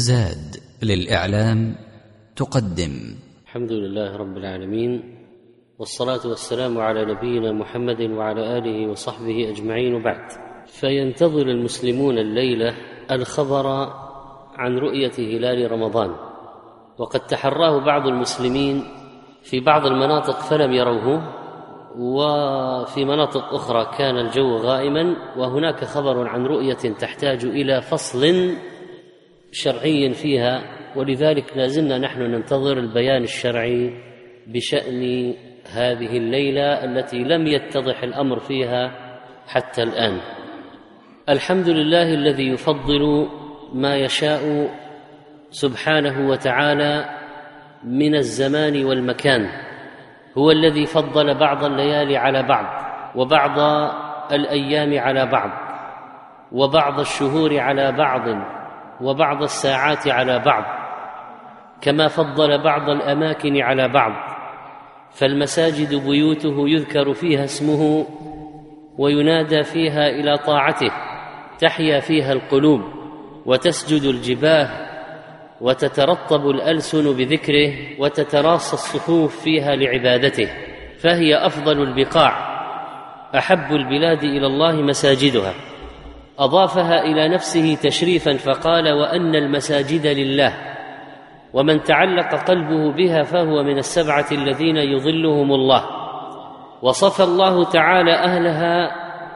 زاد للإعلام تقدم. الحمد لله رب العالمين، والصلاة والسلام على نبينا محمد وعلى آله وصحبه أجمعين، وبعد. فينتظر المسلمون الليلة الخبر عن رؤية هلال رمضان، وقد تحراه بعض المسلمين في بعض المناطق فلم يروه، وفي مناطق أخرى كان الجو غائما، وهناك خبر عن رؤية تحتاج إلى فصل شرعي فيها، ولذلك لازلنا نحن ننتظر البيان الشرعي بشأن هذه الليلة التي لم يتضح الأمر فيها حتى الآن. الحمد لله الذي يفضل ما يشاء سبحانه وتعالى من الزمان والمكان، هو الذي فضل بعض الليالي على بعض، وبعض الأيام على بعض، وبعض الشهور على بعض، وبعض الساعات على بعض، كما فضل بعض الأماكن على بعض. فالمساجد بيوته يذكر فيها اسمه وينادى فيها إلى طاعته، تحيا فيها القلوب وتسجد الجباه وتترطب الألسن بذكره وتتراص الصفوف فيها لعبادته، فهي أفضل البقاع، أحب البلاد إلى الله مساجدها. أضافها إلى نفسه تشريفا فقال: وأن المساجد لله، ومن تعلق قلبه بها فهو من السبعة الذين يظلهم الله. وصف الله تعالى أهلها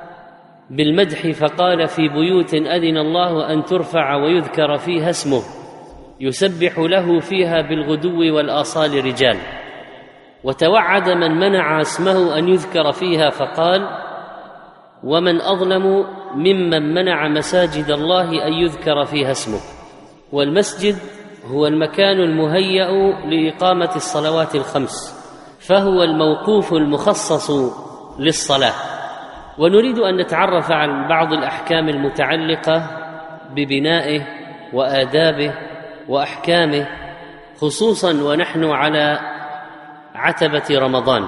بالمدح فقال: في بيوت أذن الله أن ترفع ويذكر فيها اسمه يسبح له فيها بالغدو والآصال رجال. وتوعد من منع اسمه أن يذكر فيها فقال: ومن أظلم ممن منع مساجد الله أن يذكر فيها اسمه. والمسجد هو المكان المهيأ لإقامة الصلوات الخمس، فهو الموقوف المخصص للصلاة. ونريد أن نتعرف عن بعض الأحكام المتعلقة ببنائه وآدابه وأحكامه، خصوصا ونحن على عتبة رمضان،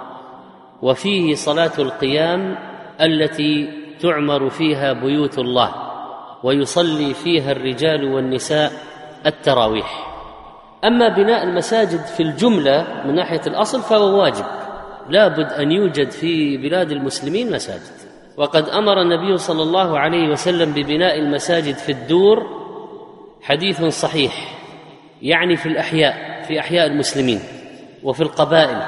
وفيه صلاة القيام التي تعمر فيها بيوت الله ويصلي فيها الرجال والنساء التراويح. أما بناء المساجد في الجملة من ناحية الأصل فهو واجب، لا بد أن يوجد في بلاد المسلمين مساجد. وقد أمر النبي صلى الله عليه وسلم ببناء المساجد في الدور، حديث صحيح، يعني في الأحياء، في أحياء المسلمين وفي القبائل،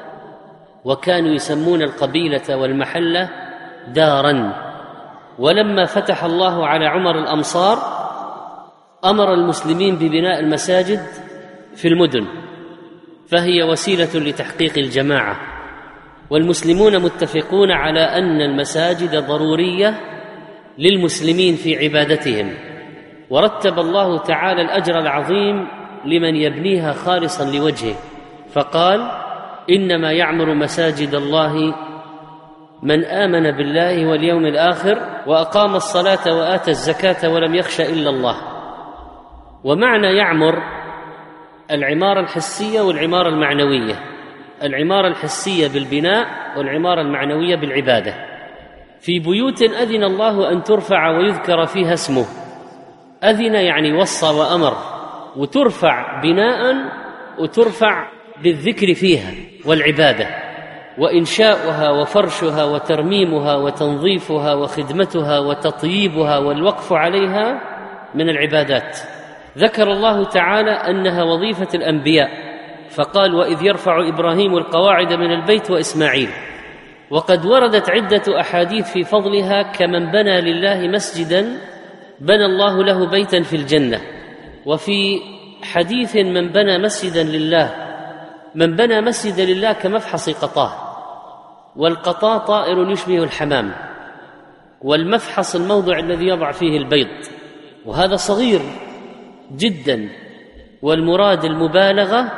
وكانوا يسمون القبيلة والمحلة دارا. ولما فتح الله على عمر الأمصار أمر المسلمين ببناء المساجد في المدن، فهي وسيلة لتحقيق الجماعة، والمسلمون متفقون على أن المساجد ضرورية للمسلمين في عبادتهم، ورتب الله تعالى الأجر العظيم لمن يبنيها خالصا لوجهه، فقال: إنما يعمر مساجد الله من آمن بالله واليوم الآخر وأقام الصلاة وآتى الزكاة ولم يخش إلا الله. ومعنى يعمر العمارة الحسية والعمارة المعنوية، العمارة الحسية بالبناء والعمارة المعنوية بالعبادة. في بيوت أذن الله أن ترفع ويذكر فيها اسمه، أذن يعني وصى وأمر، وترفع بناء وترفع بالذكر فيها والعبادة، وإنشاؤها وفرشها وترميمها وتنظيفها وخدمتها وتطييبها والوقف عليها من العبادات. ذكر الله تعالى أنها وظيفة الأنبياء، فقال: وإذ يرفع إبراهيم القواعد من البيت وإسماعيل. وقد وردت عدة أحاديث في فضلها، كمن بنى لله مسجدا بنى الله له بيتا في الجنة. وفي حديث من بنى مسجدا لله، من بنى مسجدا لله كمفحص قطاه، والقطاء طائر يشبه الحمام، والمفحص الموضع الذي يضع فيه البيض، وهذا صغير جدا، والمراد المبالغة،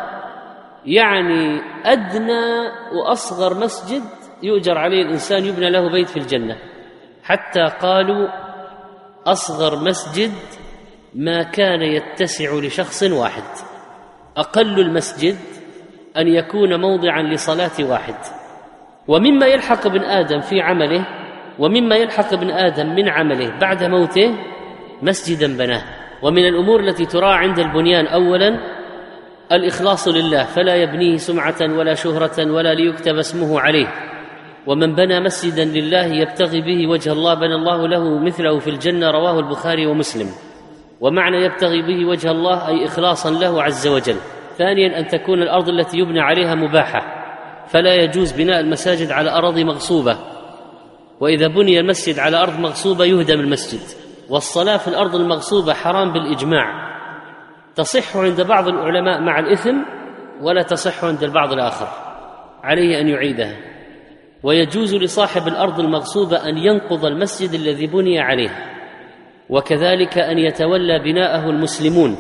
يعني أدنى وأصغر مسجد يؤجر عليه الإنسان يبنى له بيت في الجنة، حتى قالوا أصغر مسجد ما كان يتسع لشخص واحد، أقل المسجد أن يكون موضعا لصلاة واحد. ومما يلحق ابن آدم في عمله، ومما يلحق ابن آدم من عمله بعد موته مسجدا بناه، ومن الأمور التي تراعى عند البنيان أولا الإخلاص لله، فلا يبنيه سمعة ولا شهرة ولا ليكتب اسمه عليه. ومن بنى مسجدا لله يبتغي به وجه الله بنى الله له مثله في الجنة، رواه البخاري ومسلم. ومعنى يبتغي به وجه الله أي إخلاصا له عز وجل. ثانيا أن تكون الأرض التي يبنى عليها مباحة، فلا يجوز بناء المساجد على أراضي مغصوبة، وإذا بني المسجد على أرض مغصوبة يهدم المسجد. والصلاة في الأرض المغصوبة حرام بالإجماع، تصح عند بعض العلماء مع الإثم ولا تصح عند البعض الآخر، عليه أن يعيدها. ويجوز لصاحب الأرض المغصوبة أن ينقض المسجد الذي بني عليه، وكذلك أن يتولى بناءه المسلمون،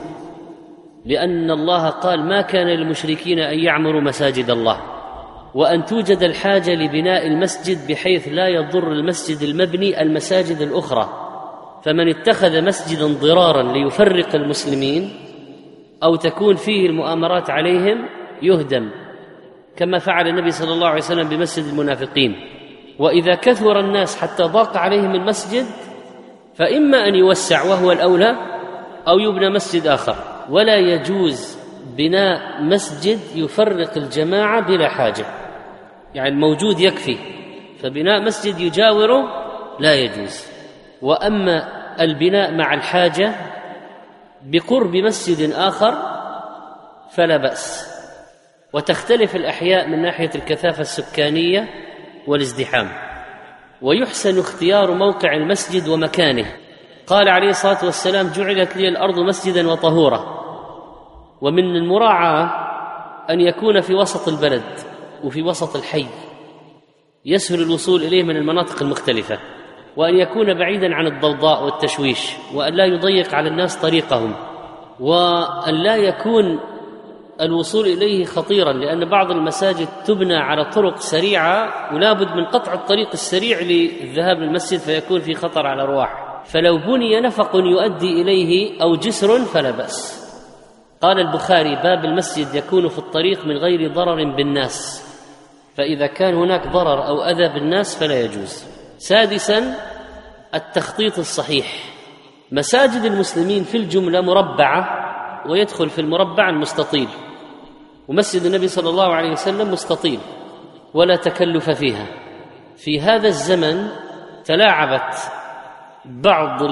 لأن الله قال ما كان للمشركين أن يعمروا مساجد الله، وأن توجد الحاجة لبناء المسجد بحيث لا يضر المسجد المبني المساجد الأخرى. فمن اتخذ مسجدا ضرارا ليفرق المسلمين أو تكون فيه المؤامرات عليهم يهدم، كما فعل النبي صلى الله عليه وسلم بمسجد المنافقين. وإذا كثر الناس حتى ضاق عليهم المسجد فإما أن يوسع وهو الأولى أو يبنى مسجد آخر. ولا يجوز بناء مسجد يفرق الجماعة بلا حاجة، يعني الموجود يكفي، فبناء مسجد يجاوره لا يجوز. وأما البناء مع الحاجة بقرب مسجد آخر فلا بأس. وتختلف الأحياء من ناحية الكثافة السكانية والازدحام، ويحسن اختيار موقع المسجد ومكانه. قال عليه الصلاة والسلام جعلت لي الأرض مسجدا وطهورا. ومن المراعاة أن يكون في وسط البلد وفي وسط الحي يسهل الوصول إليه من المناطق المختلفة، وأن يكون بعيدا عن الضوضاء والتشويش، وأن لا يضيق على الناس طريقهم، وأن لا يكون الوصول إليه خطيرا، لأن بعض المساجد تبنى على طرق سريعة ولا بد من قطع الطريق السريع للذهاب للمسجد فيكون في خطر على الأرواح. فلو بني نفق يؤدي إليه أو جسر فلا بأس. قال البخاري باب المسجد يكون في الطريق من غير ضرر بالناس، فإذا كان هناك ضرر أو أذى بالناس فلا يجوز. سادسا التخطيط الصحيح. مساجد المسلمين في الجملة مربعة، ويدخل في المربع المستطيل، ومسجد النبي صلى الله عليه وسلم مستطيل ولا تكلف فيها. في هذا الزمن تلاعبت بعض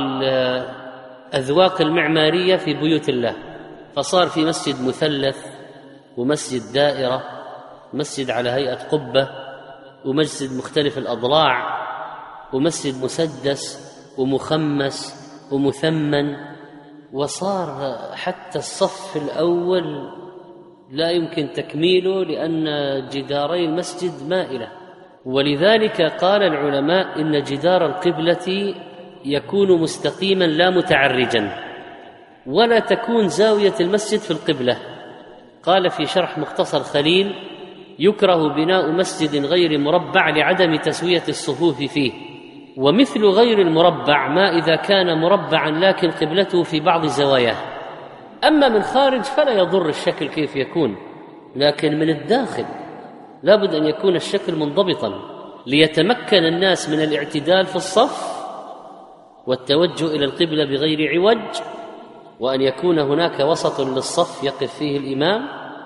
الأذواق المعمارية في بيوت الله، فصار في مسجد مثلث ومسجد دائرة، مسجد على هيئة قبة، ومسجد مختلف الأضلاع، ومسجد مسدس ومخمس ومثمن، وصار حتى الصف الأول لا يمكن تكميله لأن جداري المسجد مائلة. ولذلك قال العلماء إن جدار القبلة يكون مستقيما لا متعرجا، ولا تكون زاوية المسجد في القبلة. قال في شرح مختصر خليل يكره بناء مسجد غير مربع لعدم تسوية الصفوف فيه، ومثل غير المربع ما إذا كان مربعا لكن قبلته في بعض زواياه. أما من خارج فلا يضر الشكل كيف يكون، لكن من الداخل لابد أن يكون الشكل منضبطا ليتمكن الناس من الاعتدال في الصف والتوجه إلى القبلة بغير عوج، وأن يكون هناك وسط للصف يقف فيه الإمام.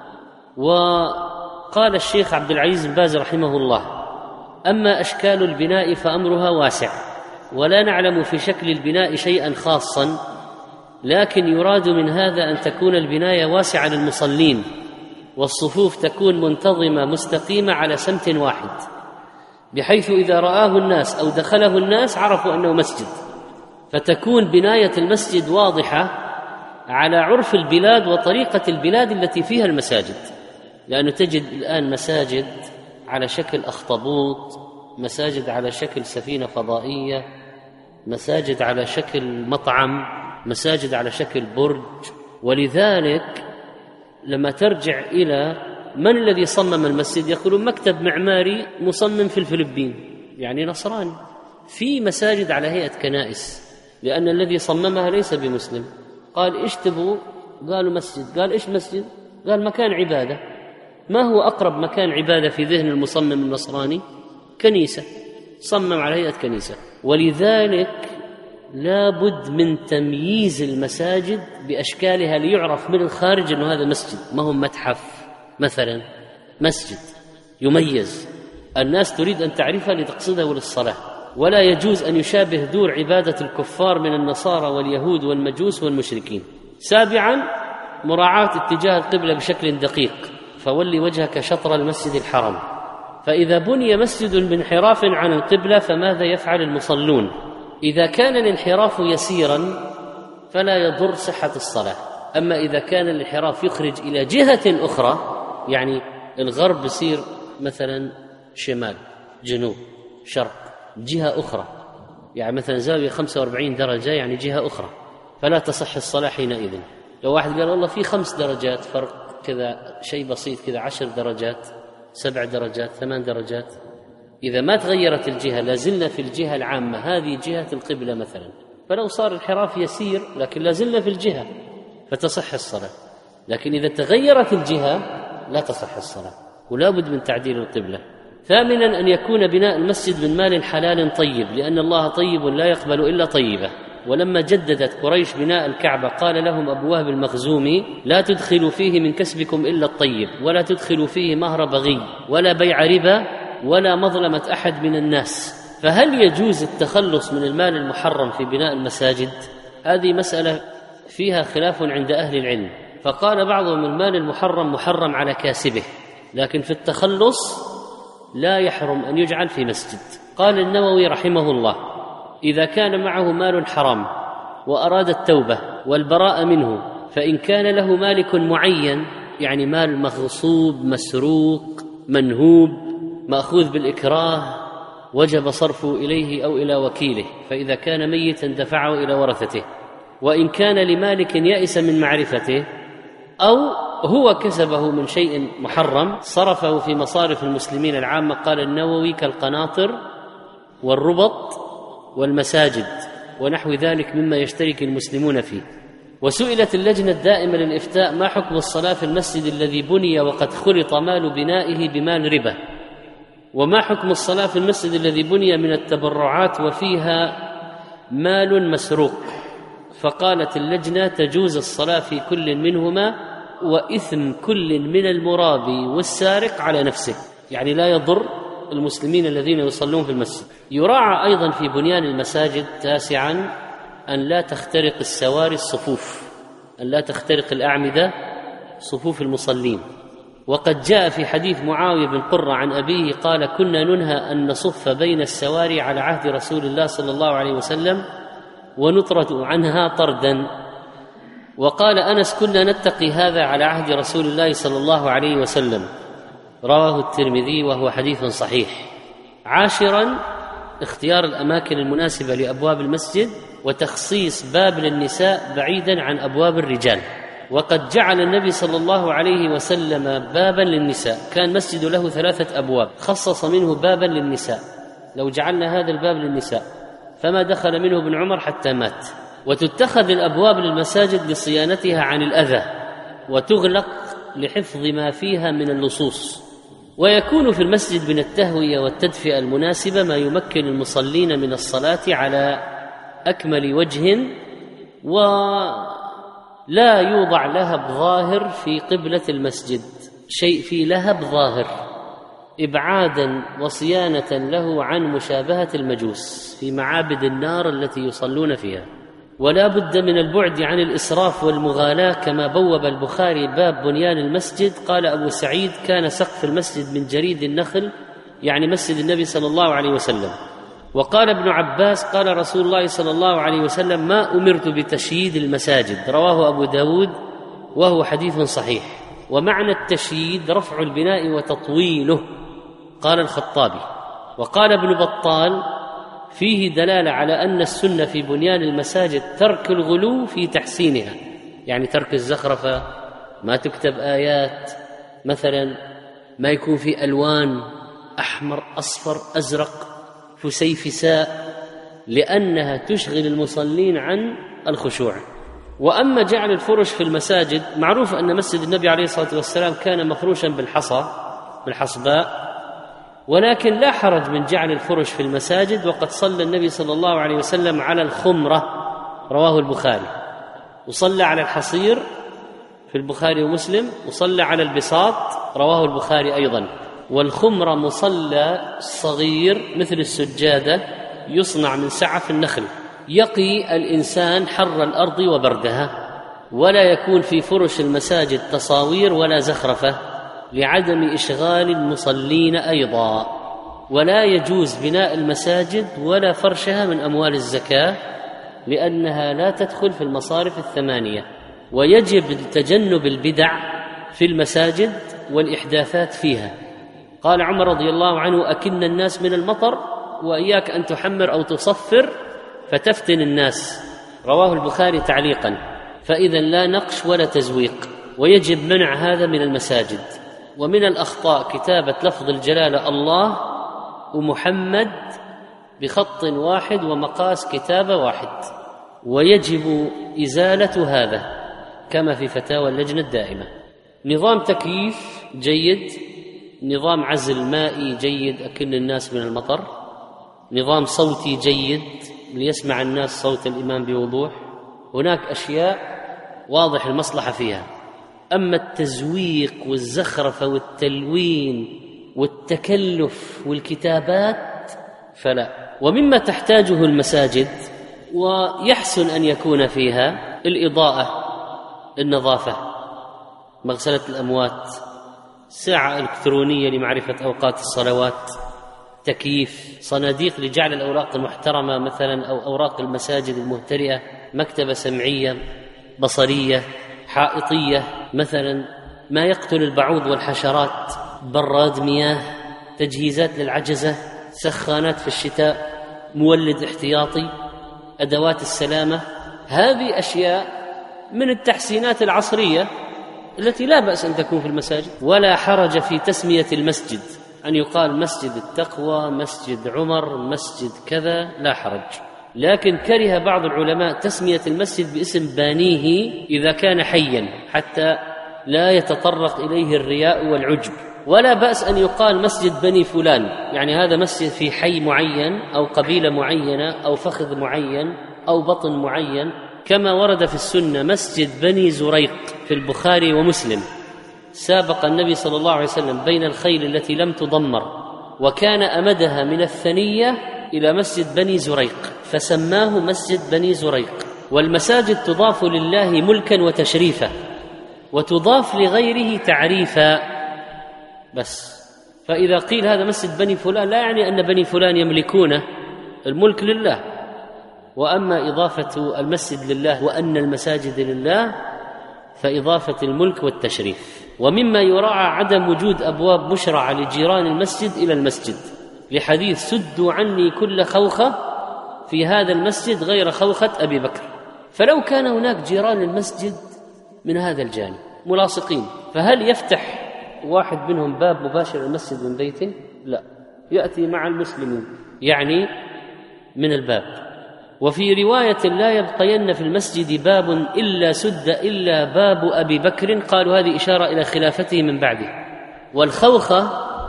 وقال الشيخ عبد العزيز بن باز رحمه الله أما أشكال البناء فأمرها واسع، ولا نعلم في شكل البناء شيئا خاصا، لكن يراد من هذا أن تكون البناية واسعة للمصلين، والصفوف تكون منتظمة مستقيمة على سمت واحد، بحيث إذا رآه الناس أو دخله الناس عرفوا أنه مسجد، فتكون بناية المسجد واضحة على عرف البلاد وطريقة البلاد التي فيها المساجد. لأنه تجد الآن مساجد على شكل أخطبوط، مساجد على شكل سفينة فضائية، مساجد على شكل مطعم، مساجد على شكل برج. ولذلك لما ترجع إلى من الذي صمم المسجد يقولون مكتب معماري مصمم في الفلبين، يعني نصراني. في مساجد على هيئة كنائس، لأن الذي صممها ليس بمسلم. قال إيش تبغوا؟ قالوا مسجد. قال إيش مسجد؟ قال مكان عبادة. ما هو أقرب مكان عبادة في ذهن المصمم النصراني؟ كنيسة، صمم على هيئة كنيسة. ولذلك لا بد من تمييز المساجد بأشكالها ليعرف من الخارج أنه هذا مسجد، ما هو متحف مثلا، مسجد يميز، الناس تريد أن تعرفها لتقصده للصلاة، ولا يجوز أن يشابه دور عبادة الكفار من النصارى واليهود والمجوس والمشركين. 7 مراعاة اتجاه القبلة بشكل دقيق، فولي وجهك شطر المسجد الحرام. فإذا بني مسجد بانحراف عن القبلة فماذا يفعل المصلون؟ إذا كان الانحراف يسيرا فلا يضر صحة الصلاة، أما إذا كان الانحراف يخرج إلى جهة أخرى، يعني الغرب يصير مثلا شمال جنوب شرق جهة أخرى، يعني مثلا زاوية 45 درجة يعني جهة أخرى، فلا تصح الصلاة حينئذ. لو واحد قال والله في 5 درجات فرق كذا، شيء بسيط كذا، 10 درجات 7 درجات 8 درجات، إذا ما تغيرت الجهة لازلنا في الجهة العامة، هذه جهة القبلة مثلا، فلو صار الانحراف يسير لكن لازلنا في الجهة فتصح الصلاة. لكن إذا تغيرت الجهة لا تصح الصلاة، ولا بد من تعديل القبلة. 8 أن يكون بناء المسجد من مال حلال طيب، لأن الله طيب لا يقبل إلا طيبة. ولما جددت قريش بناء الكعبة قال لهم أبو وهب المخزومي: لا تدخلوا فيه من كسبكم إلا الطيب، ولا تدخلوا فيه مهر بغي ولا بيع ربا ولا مظلمة أحد من الناس. فهل يجوز التخلص من المال المحرم في بناء المساجد؟ هذه مسألة فيها خلاف عند أهل العلم، فقال بعضهم المال المحرم محرم على كاسبه، لكن في التخلص لا يحرم أن يجعل في مسجد. قال النووي رحمه الله: إذا كان معه مال حرام وأراد التوبة والبراءة منه، فإن كان له مالك معين، يعني مال مغصوب مسروق منهوب مأخوذ بالإكراه، وجب صرفه إليه أو إلى وكيله، فإذا كان ميتا دفعه إلى ورثته. وإن كان لمالك يئس من معرفته أو هو كسبه من شيء محرم صرفه في مصارف المسلمين العامة، قال النووي: كالقناطر والربط والمساجد ونحو ذلك مما يشترك المسلمون فيه. وسئلت اللجنة الدائمة للإفتاء: ما حكم الصلاة في المسجد الذي بني وقد خلط مال بنائه بمال ربا؟ وما حكم الصلاة في المسجد الذي بني من التبرعات وفيها مال مسروق؟ فقالت اللجنة: تجوز الصلاة في كل منهما، وإثم كل من المرابي والسارق على نفسه، يعني لا يضر المسلمين الذين يصلون في المسجد. يراعى أيضا في بنيان المساجد 9 أن لا تخترق السواري الصفوف، أن لا تخترق الأعمدة صفوف المصلين. وقد جاء في حديث معاوية بن قرة عن أبيه قال: كنا ننهى أن نصف بين السواري على عهد رسول الله صلى الله عليه وسلم ونطرد عنها طردا. وقال أنس: كنا نتقي هذا على عهد رسول الله صلى الله عليه وسلم. رواه الترمذي وهو حديث صحيح. 10 اختيار الأماكن المناسبة لأبواب المسجد، وتخصيص باب للنساء بعيدا عن أبواب الرجال. وقد جعل النبي صلى الله عليه وسلم بابا للنساء، كان مسجد له 3 أبواب، خصص منه بابا للنساء. لو جعلنا هذا الباب للنساء فما دخل منه ابن عمر حتى مات. وتتخذ الأبواب للمساجد لصيانتها عن الأذى، وتغلق لحفظ ما فيها من اللصوص. ويكون في المسجد من التهوية والتدفئة المناسبة ما يمكن المصلين من الصلاة على أكمل وجه، ولا يوضع لهب ظاهر في قبلة المسجد، شيء في لهب ظاهر، إبعادا وصيانة له عن مشابهة المجوس في معابد النار التي يصلون فيها. ولا بد من البعد عن الإسراف والمغالاة، كما بوب البخاري باب بنيان المسجد. قال أبو سعيد: كان سقف المسجد من جريد النخل، يعني مسجد النبي صلى الله عليه وسلم. وقال ابن عباس: قال رسول الله صلى الله عليه وسلم: ما أمرت بتشييد المساجد. رواه أبو داود وهو حديث صحيح. ومعنى التشييد رفع البناء وتطويله، قال الخطابي. وقال ابن بطال: فيه دلالة على أن السنة في بنيان المساجد ترك الغلو في تحسينها، يعني ترك الزخرفة، ما تكتب آيات مثلا، ما يكون في ألوان أحمر أصفر أزرق فسيفساء، لأنها تشغل المصلين عن الخشوع. وأما جعل الفرش في المساجد، معروف أن مسجد النبي عليه الصلاة والسلام كان مفروشا بالحصباء، ولكن لا حرج من جعل الفرش في المساجد، وقد صلى النبي صلى الله عليه وسلم على الخمرة، رواه البخاري، وصلى على الحصير في البخاري ومسلم، وصلى على البساط، رواه البخاري أيضا. والخمرة مصلى صغير مثل السجادة يصنع من سعف النخل، يقي الإنسان حر الأرض وبردها، ولا يكون في فرش المساجد تصاوير ولا زخرفة لعدم إشغال المصلين أيضا. ولا يجوز بناء المساجد ولا فرشها من أموال الزكاة، لأنها لا تدخل في المصارف الثمانية. ويجب تجنب البدع في المساجد والإحداثات فيها. قال عمر رضي الله عنه: أكن الناس من المطر، وإياك أن تحمر أو تصفر فتفتن الناس، رواه البخاري تعليقا. فإذا لا نقش ولا تزويق، ويجب منع هذا من المساجد. ومن الأخطاء كتابة لفظ الجلالة الله ومحمد بخط واحد ومقاس كتابة واحد، ويجب إزالة هذا كما في فتاوى اللجنة الدائمة. نظام تكييف جيد، نظام عزل مائي جيد أكن الناس من المطر، نظام صوتي جيد ليسمع الناس صوت الإمام بوضوح. هناك أشياء واضح المصلحة فيها. أما التزويق والزخرفة والتلوين والتكلف والكتابات فلا. ومما تحتاجه المساجد ويحسن أن يكون فيها الإضاءة، النظافة، مغسلة الأموات، ساعة إلكترونية لمعرفة أوقات الصلوات، تكييف، صناديق لجعل الأوراق المحترمة مثلا أو أوراق المساجد المهترئة، مكتبة سمعية بصرية حائطية مثلا، ما يقتل البعوض والحشرات، براد مياه، تجهيزات للعجزة، سخانات في الشتاء، مولد احتياطي، أدوات السلامة. هذه أشياء من التحسينات العصرية التي لا بأس أن تكون في المساجد. ولا حرج في تسمية المسجد، أن يقال مسجد التقوى، مسجد عمر، مسجد كذا، لا حرج. لكن كره بعض العلماء تسمية المسجد باسم بانيه إذا كان حيا حتى لا يتطرق إليه الرياء والعجب. ولا بأس أن يقال مسجد بني فلان، يعني هذا مسجد في حي معين أو قبيلة معينة أو فخذ معين أو بطن معين، كما ورد في السنة مسجد بني زريق في البخاري ومسلم. سابق النبي صلى الله عليه وسلم بين الخيل التي لم تضمر، وكان أمدها من الثنية إلى مسجد بني زريق فسماه مسجد بني زريق. والمساجد تضاف لله ملكا وتشريفا، وتضاف لغيره تعريفا بس. فإذا قيل هذا مسجد بني فلان لا يعني أن بني فلان يملكونه، الملك لله. وأما إضافة المسجد لله وأن المساجد لله فإضافة الملك والتشريف. ومما يراعى عدم وجود أبواب مشرعة لجيران المسجد إلى المسجد، لحديث سدوا عني كل خوخة في هذا المسجد غير خوخة أبي بكر. فلو كان هناك جيران المسجد من هذا الجانب ملاصقين، فهل يفتح واحد منهم باب مباشر المسجد من بيته؟ لا، يأتي مع المسلمين يعني من الباب. وفي رواية لا يبقين في المسجد باب إلا سد إلا باب أبي بكر، قالوا هذه إشارة إلى خلافته من بعده. والخوخة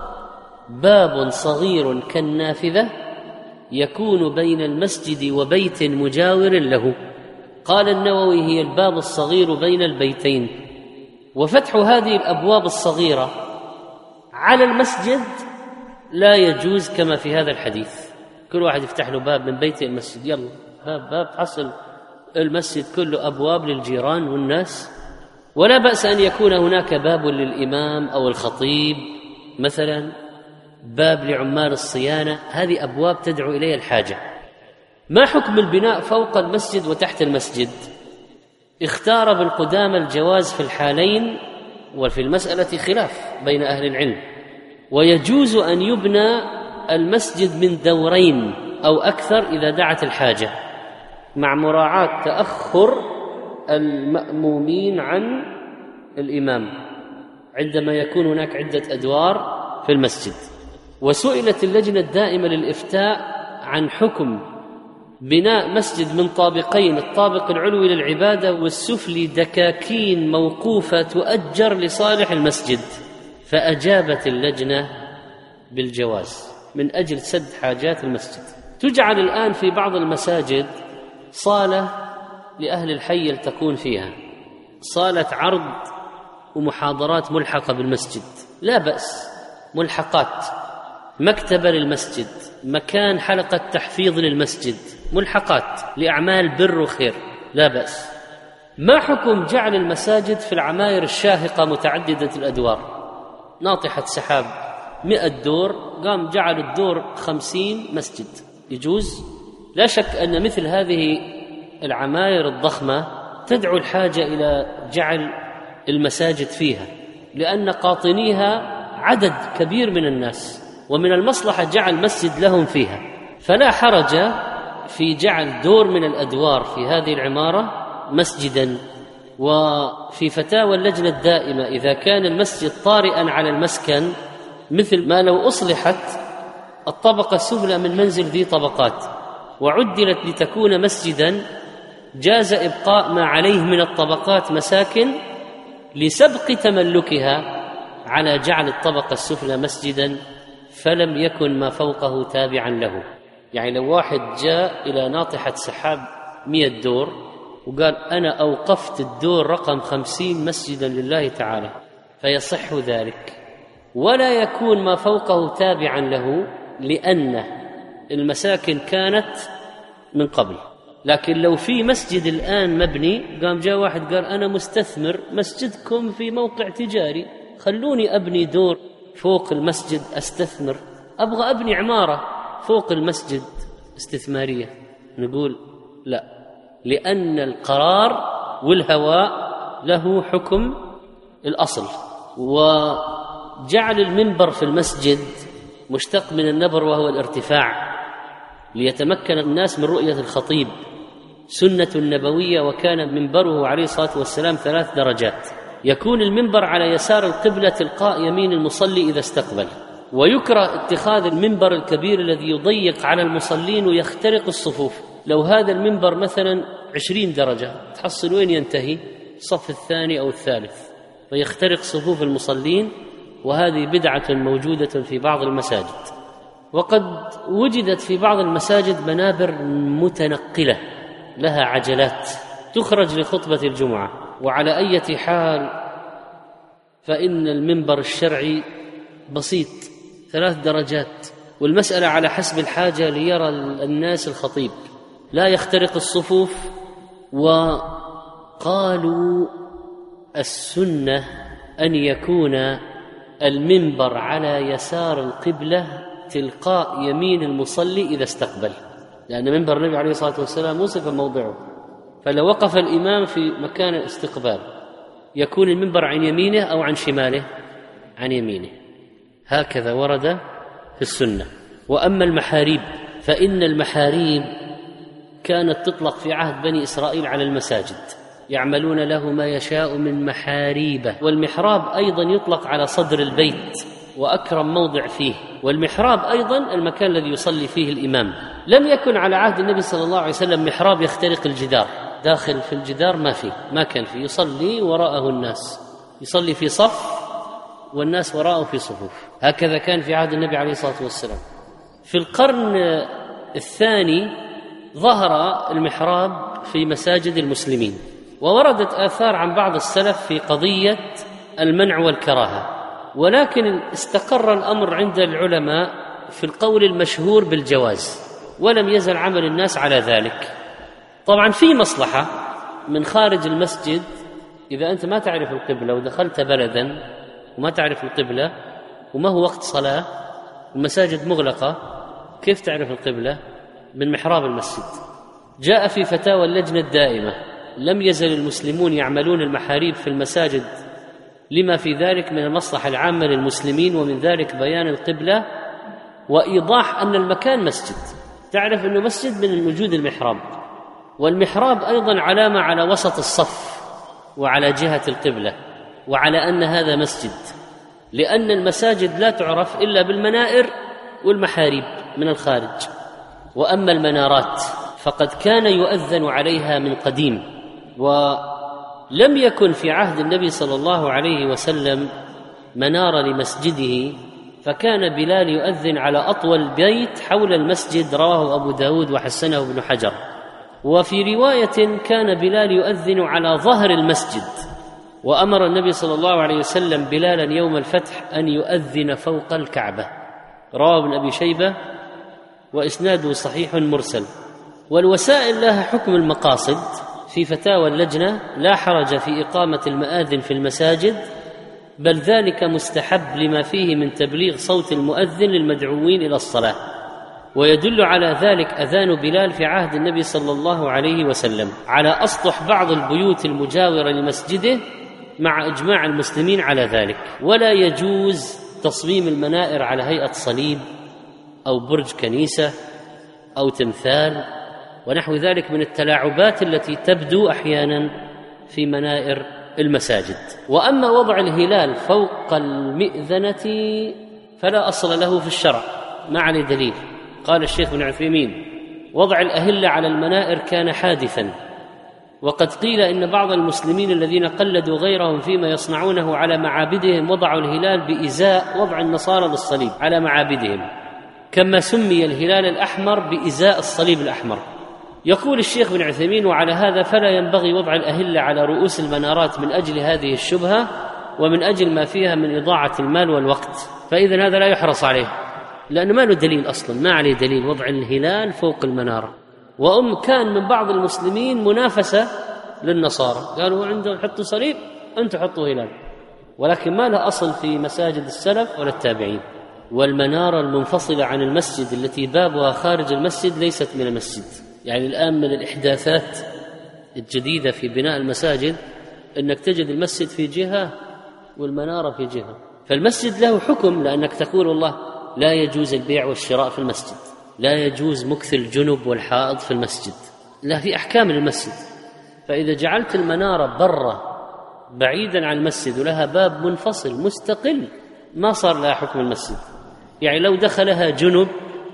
باب صغير كالنافذة يكون بين المسجد وبيت مجاور له. قال النووي هي الباب الصغير بين البيتين. وفتح هذه الأبواب الصغيرة على المسجد لا يجوز كما في هذا الحديث. كل واحد يفتح له باب من بيته المسجد، يلا باب حصل المسجد كله أبواب للجيران والناس. ولا بأس أن يكون هناك باب للإمام أو الخطيب مثلا، باب لعمال الصيانة، هذه أبواب تدعو إليها الحاجة. ما حكم البناء فوق المسجد وتحت المسجد؟ اختار ابن قدامة الجواز في الحالين، وفي المسألة خلاف بين أهل العلم. ويجوز أن يبنى المسجد من دورين أو أكثر إذا دعت الحاجة، مع مراعاة تأخر المأمومين عن الإمام عندما يكون هناك عدة أدوار في المسجد. وسئلت اللجنة الدائمة للإفتاء عن حكم بناء مسجد من طابقين، الطابق العلوي للعبادة والسفلي دكاكين موقوفة تؤجر لصالح المسجد، فأجابت اللجنة بالجواز من أجل سد حاجات المسجد. تجعل الآن في بعض المساجد صالة لأهل الحي يلتقون فيها، صالة عرض ومحاضرات ملحقة بالمسجد، لا بأس، ملحقات، مكتبة للمسجد، مكان حلقة تحفيظ للمسجد، ملحقات لأعمال بر وخير، لا بأس. ما حكم جعل المساجد في العماير الشاهقة متعددة الأدوار؟ ناطحة سحاب 100 دور، قام جعل الدور 50 مسجد، يجوز؟ لا شك أن مثل هذه العماير الضخمة تدعو الحاجة إلى جعل المساجد فيها، لأن قاطنيها عدد كبير من الناس، ومن المصلحة جعل مسجد لهم فيها، فلا حرج في جعل دور من الأدوار في هذه العمارة مسجدا. وفي فتاوى اللجنة الدائمة إذا كان المسجد طارئا على المسكن، مثل ما لو أصلحت الطبقة السفلى من منزل ذي طبقات وعدلت لتكون مسجدا، جاز إبقاء ما عليه من الطبقات مساكن لسبق تملكها على جعل الطبقة السفلى مسجدا، فلم يكن ما فوقه تابعا له. يعني لو واحد جاء إلى ناطحة سحاب 100 دور وقال أنا أوقفت الدور رقم 50 مسجدا لله تعالى، فيصح ذلك، ولا يكون ما فوقه تابعا له، لأن المساكن كانت من قبل. لكن لو في مسجد الآن مبني، قام جاء واحد قال أنا مستثمر، مسجدكم في موقع تجاري، خلوني أبني دور فوق المسجد أستثمر، أبغى أبني عمارة فوق المسجد استثمارية، نقول لا، لأن القرار والهواء له حكم الأصل. وجعل المنبر في المسجد مشتق من النبر وهو الارتفاع، ليتمكن الناس من رؤية الخطيب، سنة نبوية، وكان منبره عليه الصلاة والسلام 3 درجات، يكون المنبر على يسار القبلة تلقاء يمين المصلي إذا استقبل. ويكره اتخاذ المنبر الكبير الذي يضيق على المصلين ويخترق الصفوف. لو هذا المنبر مثلا 20 درجة، تحصل وين ينتهي؟ الصف الثاني أو الثالث، فيخترق صفوف المصلين، وهذه بدعة موجودة في بعض المساجد. وقد وجدت في بعض المساجد منابر متنقلة لها عجلات تخرج لخطبة الجمعة. وعلى أي حال فإن المنبر الشرعي بسيط 3 درجات، والمسألة على حسب الحاجة ليرى الناس الخطيب، لا يخترق الصفوف. وقالوا السنة أن يكون المنبر على يسار القبلة تلقاء يمين المصلي إذا استقبل، لأن منبر النبي عليه الصلاة والسلام وصف موضعه، فلو وقف الإمام في مكان الاستقبال يكون المنبر عن يمينه أو عن شماله؟ عن يمينه، هكذا ورد في السنة. وأما المحاريب فإن المحاريب كانت تطلق في عهد بني إسرائيل على المساجد، يعملون له ما يشاء من محاريب. والمحراب أيضا يطلق على صدر البيت وأكرم موضع فيه، والمحراب أيضا المكان الذي يصلي فيه الإمام. لم يكن على عهد النبي صلى الله عليه وسلم محراب يخترق الجدار، داخل في الجدار ما كان فيه، يصلي وراءه الناس، يصلي في صف والناس وراءه في صفوف، هكذا كان في عهد النبي عليه الصلاة والسلام. في القرن الثاني ظهر المحراب في مساجد المسلمين، ووردت آثار عن بعض السلف في قضية المنع والكراهة، ولكن استقر الأمر عند العلماء في القول المشهور بالجواز، ولم يزل عمل الناس على ذلك. طبعا في مصلحة من خارج المسجد، إذا أنت ما تعرف القبلة ودخلت بلدا وما تعرف القبلة وما هو وقت صلاة، المساجد مغلقة، كيف تعرف القبلة؟ من محراب المسجد. جاء في فتاوى اللجنة الدائمة لم يزل المسلمون يعملون المحاريب في المساجد لما في ذلك من المصلحة العامة للمسلمين، ومن ذلك بيان القبلة وإيضاح أن المكان مسجد، تعرف أنه مسجد من وجود المحراب. والمحراب أيضا علامة على وسط الصف وعلى جهة القبلة، وعلى أن هذا مسجد، لأن المساجد لا تعرف إلا بالمنائر والمحاريب من الخارج. وأما المنارات فقد كان يؤذن عليها من قديم، ولم يكن في عهد النبي صلى الله عليه وسلم منار لمسجده فكان بلال يؤذن على أطول بيت حول المسجد، رواه أبو داود وحسنه ابن حجر. وفي رواية كان بلال يؤذن على ظهر المسجد، وأمر النبي صلى الله عليه وسلم بلالا يوم الفتح أن يؤذن فوق الكعبة، رواه ابن أبي شيبة وإسناده صحيح مرسل. والوسائل لها حكم المقاصد. في فتاوى اللجنة لا حرج في إقامة المآذن في المساجد، بل ذلك مستحب لما فيه من تبليغ صوت المؤذن للمدعوين إلى الصلاة. ويدل على ذلك أذان بلال في عهد النبي صلى الله عليه وسلم على أسطح بعض البيوت المجاورة لمسجده مع إجماع المسلمين على ذلك. ولا يجوز تصميم المنائر على هيئة صليب أو برج كنيسة أو تمثال ونحو ذلك من التلاعبات التي تبدو أحيانا في منائر المساجد. وأما وضع الهلال فوق المئذنة فلا أصل له في الشرع، ما عليه دليل. قال الشيخ ابن عثيمين: وضع الأهلة على المنائر كان حادثا، وقد قيل إن بعض المسلمين الذين قلدوا غيرهم فيما يصنعونه على معابدهم وضعوا الهلال بإزاء وضع النصارى للصليب على معابدهم، كما سمي الهلال الأحمر بإزاء الصليب الأحمر. يقول الشيخ بن عثيمين: وعلى هذا فلا ينبغي وضع الأهلة على رؤوس المنارات من أجل هذه الشبهة ومن أجل ما فيها من إضاعة المال والوقت. فإذا هذا لا يحرص عليه، لأنه ما له دليل أصلا، ما عليه دليل وضع الهلال فوق المنارة. كان من بعض المسلمين منافسة للنصارى، قالوا عندهم حطوا صليب أنتم حطوا هلال، ولكن ما له أصل في مساجد السلف ولا التابعين. والمنارة المنفصلة عن المسجد التي بابها خارج المسجد ليست من المسجد. يعني الآن من الإحداثات الجديدة في بناء المساجد أنك تجد المسجد في جهة والمنارة في جهة. فالمسجد له حكم، لأنك تقول الله لا يجوز البيع والشراء في المسجد، لا يجوز مكث الجنب والحائض في المسجد، لا، في أحكام للمسجد. فإذا جعلت المنارة برا بعيدا عن المسجد ولها باب منفصل مستقل ما صار لها حكم المسجد. يعني لو دخلها جنب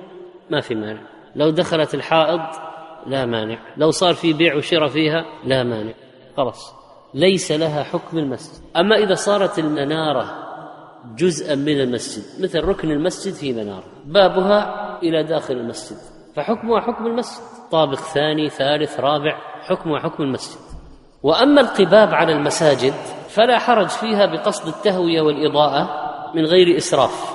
ما في مانع، لو دخلت الحائض لا مانع، لو صار في بيع وشراء فيها لا مانع، خلاص ليس لها حكم المسجد. أما إذا صارت المنارة جزءا من المسجد، مثل ركن المسجد في منارة بابها إلى داخل المسجد، فحكمها حكم المسجد، طابق ثاني ثالث رابع حكمها حكم المسجد. وأما القباب على المساجد فلا حرج فيها بقصد التهوية والإضاءة من غير إسراف،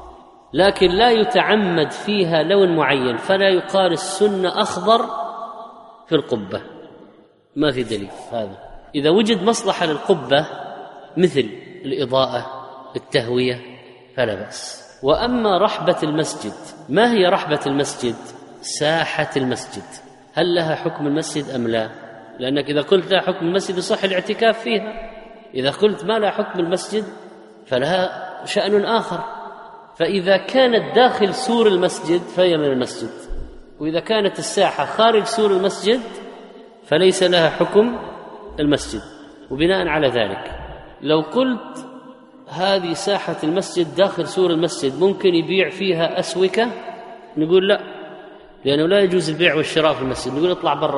لكن لا يتعمد فيها لون معين، فلا يقال السنة أخضر في القبة، ما في دليل هذا. إذا وجد مصلحة للقبة مثل الإضاءة التهوية فلا بأس. وأما رحبة المسجد، ما هي رحبة المسجد؟ ساحة المسجد، هل لها حكم المسجد أم لا؟ لأنك إذا قلت لها حكم المسجد يصح الاعتكاف فيها، إذا قلت ما لها حكم المسجد فلها شأن آخر. فإذا كانت داخل سور المسجد فهي من المسجد، وإذا كانت الساحة خارج سور المسجد فليس لها حكم المسجد. وبناء على ذلك لو قلت هذه ساحة المسجد داخل سور المسجد ممكن يبيع فيها أسوكة، نقول لا، لأنه لا يجوز البيع والشراء في المسجد، نقول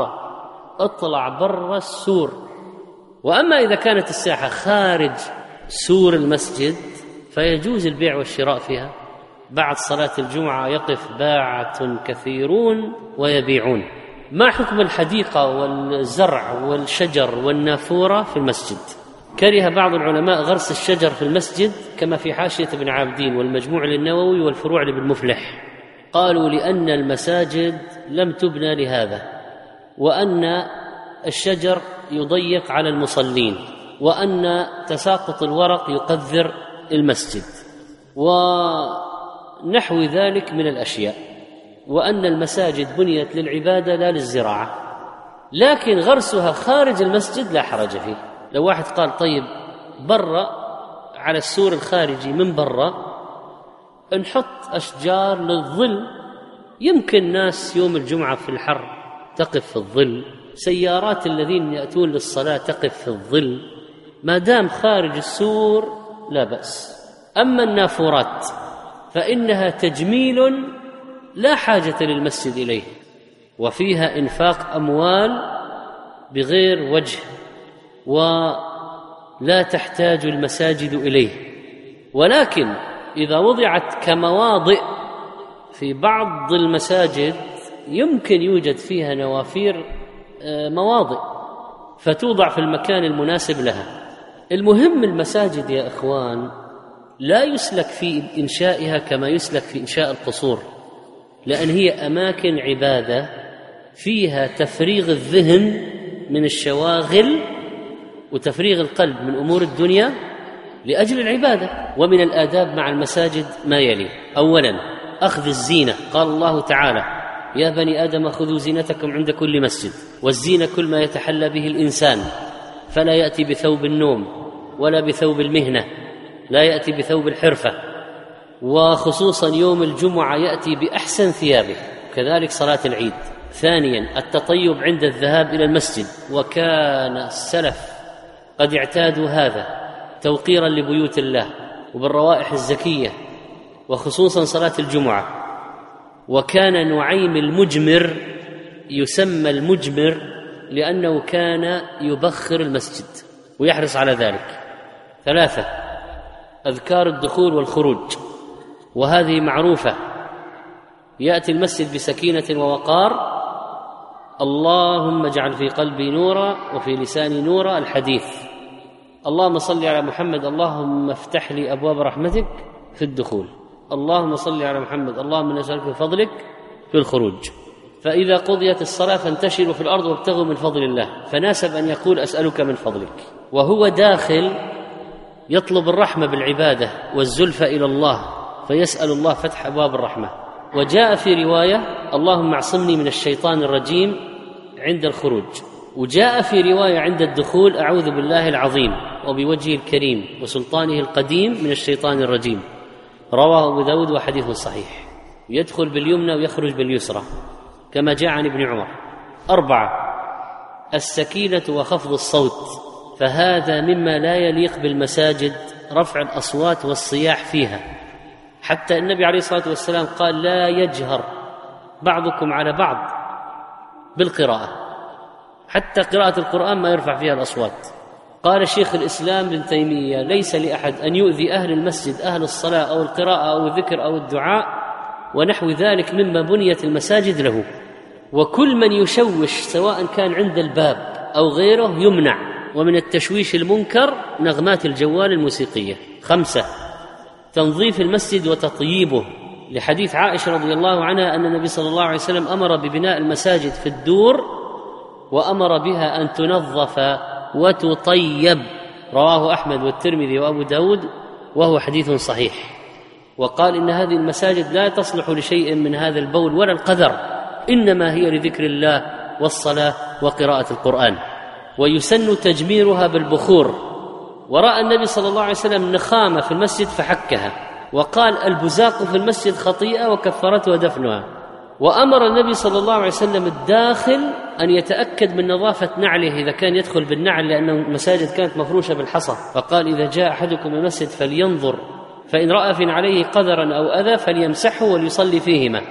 اطلع برا السور. وأما إذا كانت الساحة خارج سور المسجد فيجوز البيع والشراء فيها. بعد صلاة الجمعة يقف باعة كثيرون ويبيعون. ما حكم الحديقة والزرع والشجر والنافورة في المسجد؟ كره بعض العلماء غرس الشجر في المسجد كما في حاشية ابن عابدين والمجموع للنووي والفروع لابن مفلح. قالوا لأن المساجد لم تبنى لهذا، وأن الشجر يضيق على المصلين، وأن تساقط الورق يقذر المسجد ونحو ذلك من الأشياء، وأن المساجد بنيت للعبادة لا للزراعة. لكن غرسها خارج المسجد لا حرج فيه. لو واحد قال طيب برا على السور الخارجي من برا نحط أشجار للظل، يمكن ناس يوم الجمعة في الحر تقف في الظل، سيارات الذين يأتون للصلاة تقف في الظل، ما دام خارج السور لا بأس. أما النافورات فإنها تجميل لا حاجة للمسجد إليه، وفيها إنفاق أموال بغير وجه ولا تحتاج المساجد إليه. ولكن إذا وضعت كمواضع في بعض المساجد يمكن يوجد فيها نوافير مواضع، فتوضع في المكان المناسب لها. المهم المساجد يا إخوان لا يسلك في إنشائها كما يسلك في إنشاء القصور، لأن هي أماكن عبادة فيها تفريغ الذهن من الشواغل وتفريغ القلب من أمور الدنيا لأجل العبادة. ومن الآداب مع المساجد ما يلي: أولا أخذ الزينة. قال الله تعالى: يا بني آدم خذوا زينتكم عند كل مسجد. والزينة كل ما يتحلى به الإنسان، فلا يأتي بثوب النوم ولا بثوب المهنة، لا يأتي بثوب الحرفة، وخصوصا يوم الجمعة يأتي بأحسن ثيابه، كذلك صلاة العيد. ثانيا التطيب عند الذهاب إلى المسجد، وكان السلف قد اعتادوا هذا توقيرا لبيوت الله وبالروائح الزكية، وخصوصا صلاة الجمعة. وكان نعيم المجمر يسمى المجمر لأنه كان يبخر المسجد ويحرص على ذلك. ثلاثة أذكار الدخول والخروج، وهذه معروفة: يأتي المسجد بسكينة ووقار، اللهم اجعل في قلبي نورا وفي لساني نورا، الحديث، اللهم صل على محمد، اللهم افتح لي أبواب رحمتك في الدخول، اللهم صل على محمد، اللهم نسألك من فضلك في الخروج. فإذا قضيت الصلاة فانتشروا في الأرض وابتغوا من فضل الله، فناسب أن يقول أسألك من فضلك وهو داخل يطلب الرحمة بالعبادة والزلفى إلى الله، فيسأل الله فتح أبواب الرحمة. وجاء في رواية: اللهم اعصمني من الشيطان الرجيم عند الخروج. وجاء في رواية عند الدخول: أعوذ بالله العظيم وبوجهه الكريم وسلطانه القديم من الشيطان الرجيم. رواه أبو داود وحديث صحيح. يدخل باليمنى ويخرج باليسرى كما جاء عن ابن عمر. 4 السكينة وخفض الصوت، فهذا مما لا يليق بالمساجد، رفع الأصوات والصياح فيها، حتى النبي عليه الصلاة والسلام قال: لا يجهر بعضكم على بعض بالقراءة، حتى قراءة القرآن ما يرفع فيها الأصوات. قال شيخ الإسلام ابن تيمية: ليس لأحد أن يؤذي أهل المسجد، أهل الصلاة أو القراءة أو الذكر أو الدعاء ونحو ذلك مما بنيت المساجد له، وكل من يشوش سواء كان عند الباب أو غيره يمنع. ومن التشويش المنكر نغمات الجوال الموسيقية. 5 تنظيف المسجد وتطييبه، لحديث عائشة رضي الله عنها أن النبي صلى الله عليه وسلم أمر ببناء المساجد في الدور، وأمر بها أن تنظف وتطيب. رواه أحمد والترمذي وأبو داود وهو حديث صحيح. وقال إن هذه المساجد لا تصلح لشيء من هذا البول ولا القذر، إنما هي لذكر الله والصلاة وقراءة القرآن. ويسن تجميرها بالبخور. ورأى النبي صلى الله عليه وسلم نخامة في المسجد فحكها، وقال: البزاق في المسجد خطيئة وكفرتها دفنها. وأمر النبي صلى الله عليه وسلم الداخل أن يتأكد من نظافة نعله إذا كان يدخل بالنعل، لأن المساجد كانت مفروشة بالحصى، فقال: إذا جاء أحدكم المسجد فلينظر، فإن رأى في عليه قذرا أو أذى فليمسحه وليصلي فيهما.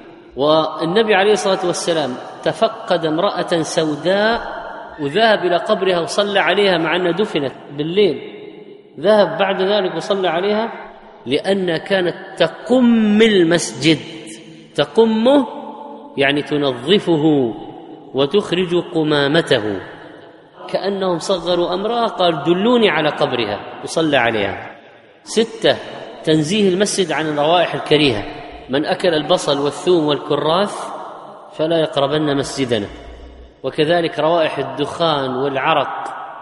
والنبي عليه الصلاة والسلام تفقد امرأة سوداء وذهب إلى قبرها وصلى عليها مع أنها دفنت بالليل، ذهب بعد ذلك وصلى عليها لأنها كانت تقم المسجد. تقمه يعني تنظفه وتخرج قمامته، كأنهم صغروا أمرها، قال: دلوني على قبرها وصلى عليها. 6 تنزيه المسجد عن الروائح الكريهة، من أكل البصل والثوم والكراث فلا يقربن مسجدنا، وكذلك روائح الدخان والعرق.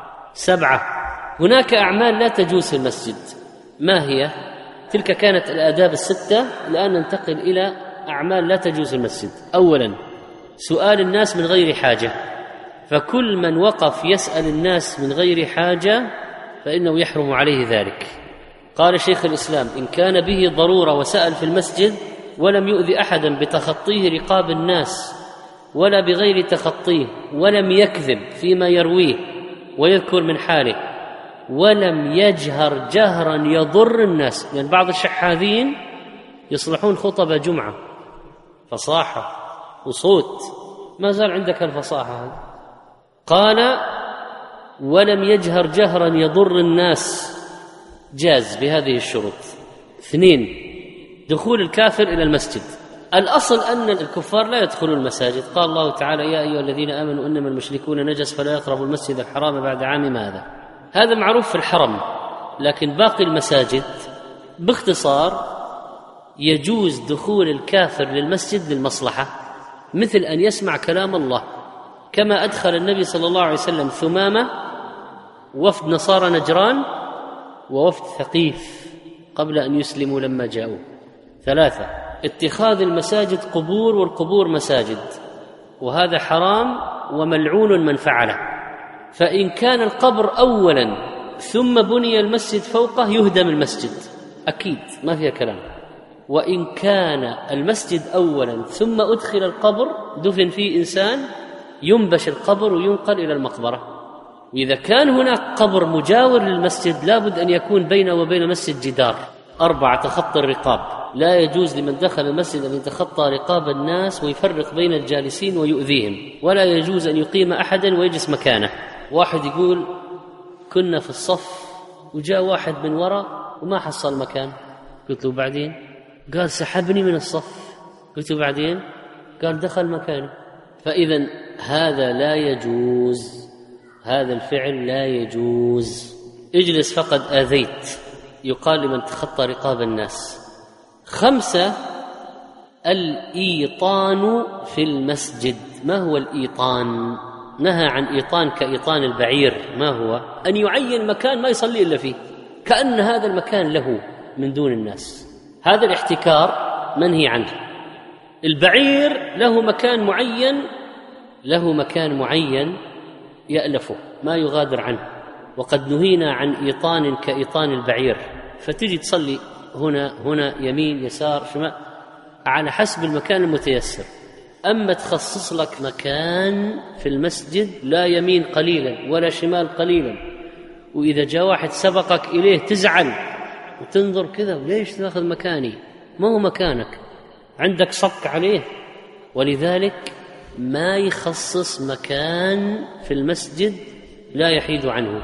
7 هناك أعمال لا تجوز في المسجد، ما هي؟ تلك كانت الآداب 6، الآن ننتقل إلى أعمال لا تجوز في المسجد. أولا سؤال الناس من غير حاجة، فكل من وقف يسأل الناس من غير حاجة فإنه يحرم عليه ذلك. قال شيخ الإسلام: إن كان به ضرورة وسأل في المسجد ولم يؤذي أحدا بتخطيه رقاب الناس ولا بغير تخطيه، ولم يكذب فيما يرويه ويذكر من حاله، ولم يجهر جهرا يضر الناس، لأن يعني بعض الشحاذين يصلحون خطبة جمعة فصاحة وصوت، ما زال عندك الفصاحة. قال: ولم يجهر جهرا يضر الناس، جاز بهذه الشروط. 2 دخول الكافر إلى المسجد. الأصل أن الكفار لا يدخلون المساجد، قال الله تعالى يا أيها الذين آمنوا إنما المشركون نجس فلا يقربوا المسجد الحرام بعد عام هذا معروف في الحرم. لكن باقي المساجد باختصار يجوز دخول الكافر للمسجد للمصلحة، مثل أن يسمع كلام الله، كما أدخل النبي صلى الله عليه وسلم ثمامة وفد نصارى نجران ووفد ثقيف قبل أن يسلموا لما جاءوا. 3 اتخاذ المساجد قبور والقبور مساجد، وهذا حرام وملعون من فعله. فإن كان القبر أولا ثم بني المسجد فوقه يهدم المسجد أكيد ما فيها كلام، وإن كان المسجد أولا ثم أدخل القبر دفن فيه إنسان ينبش القبر وينقل إلى المقبرة. وإذا كان هناك قبر مجاور للمسجد لابد أن يكون بينه وبين المسجد جدار. 4 تخطي الرقاب، لا يجوز لمن دخل المسجد أن يتخطى رقاب الناس ويفرق بين الجالسين ويؤذيهم، ولا يجوز أن يقيم أحدا ويجلس مكانه. واحد يقول كنا في الصف وجاء واحد من وراء وما حصل مكان، قلت له بعدين؟ قال سحبني من الصف، قلت له بعدين؟ قال دخل مكاني. فإذا هذا لا يجوز، هذا الفعل لا يجوز. اجلس فقد آذيت، يقال لمن تخطى رقاب الناس. 5 الإيطان في المسجد. ما هو الإيطان؟ نهى عن إيطان كإيطان البعير. ما هو؟ أن يعين مكان ما يصلي إلا فيه، كأن هذا المكان له من دون الناس. هذا الاحتكار منهي عنه. البعير له مكان معين يألفه ما يغادر عنه، وقد نهينا عن إيطان كإيطان البعير، فتجي تصلي هنا يمين يسار شمال على حسب المكان المتيسر. أما تخصص لك مكان في المسجد لا يمين قليلا ولا شمال قليلا، وإذا جاء واحد سبقك إليه تزعل وتنظر كذا ليش تأخذ مكاني؟ ما هو مكانك، عندك صك عليه. ولذلك ما يخصص مكان في المسجد لا يحيد عنه.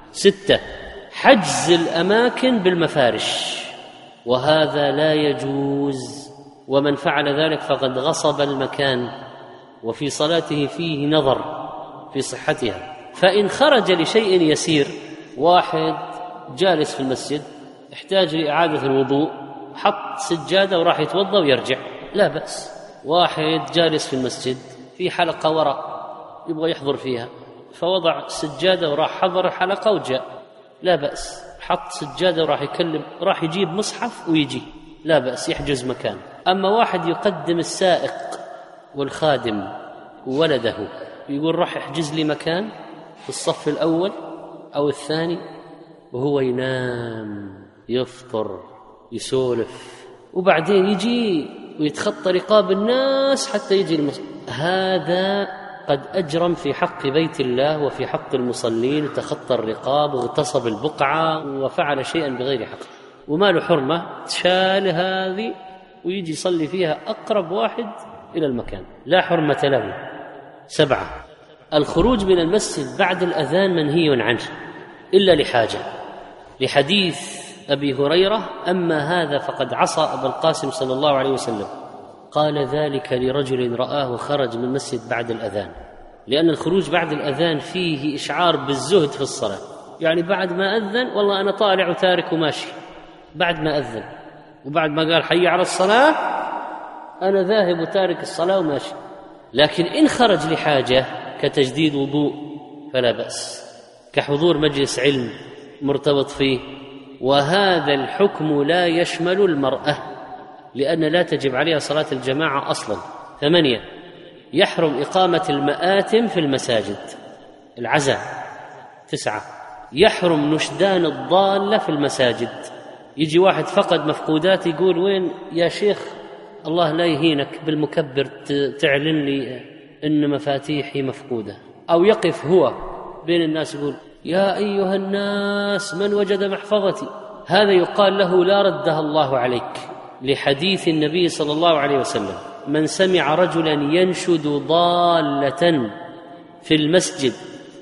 6 حجز الأماكن بالمفارش، وهذا لا يجوز، ومن فعل ذلك فقد غصب المكان، وفي صلاته فيه نظر في صحتها. فإن خرج لشيء يسير، واحد جالس في المسجد احتاج لإعادة الوضوء، حط سجادة وراح يتوضأ ويرجع، لا بأس. واحد جالس في المسجد في حلقة وراء يبغى يحضر فيها، فوضع سجادة وراح حضر الحلقة وجاء، لا بأس. حط سجادة وراح يكلم، راح يجيب مصحف ويجي، لا بأس، يحجز مكان. أما واحد يقدم السائق والخادم وولده يقول راح يحجز لي مكان في الصف الأول أو الثاني، وهو ينام يفطر يسولف، وبعدين يجي ويتخطى رقاب الناس حتى يجي هذا قد أجرم في حق بيت الله وفي حق المصلين، وتخطى الرقاب واغتصب البقعة وفعل شيئا بغير حق، وما له حرمة، تشال هذه ويجي يصلي فيها أقرب واحد إلى المكان، لا حرمة له. 7 الخروج من المسجد بعد الأذان منهي عنه إلا لحاجة، لحديث أبي هريرة أما هذا فقد عصى أبا القاسم صلى الله عليه وسلم، قال ذلك لرجل رآه خرج من المسجد بعد الأذان، لأن الخروج بعد الأذان فيه إشعار بالزهد في الصلاة، يعني بعد ما أذن والله أنا طالع وتارك وماشي، بعد ما أذن وبعد ما قال حي على الصلاة أنا ذاهب وتارك الصلاة وماشي. لكن إن خرج لحاجة كتجديد وضوء فلا بأس، كحضور مجلس علم مرتبط فيه، وهذا الحكم لا يشمل المرأة لأن لا تجب عليها صلاة الجماعة أصلا. 8 يحرم إقامة المآتم في المساجد، العزاء. 9 يحرم نشدان الضالة في المساجد، يجي واحد فقد مفقودات يقول وين يا شيخ الله لا يهينك بالمكبر تعلن لي إن مفاتيحي مفقودة، أو يقف هو بين الناس يقول يا أيها الناس من وجد محفظتي، هذا يقال له لا ردها الله عليك، لحديث النبي صلى الله عليه وسلم من سمع رجلا ينشد ضالة في المسجد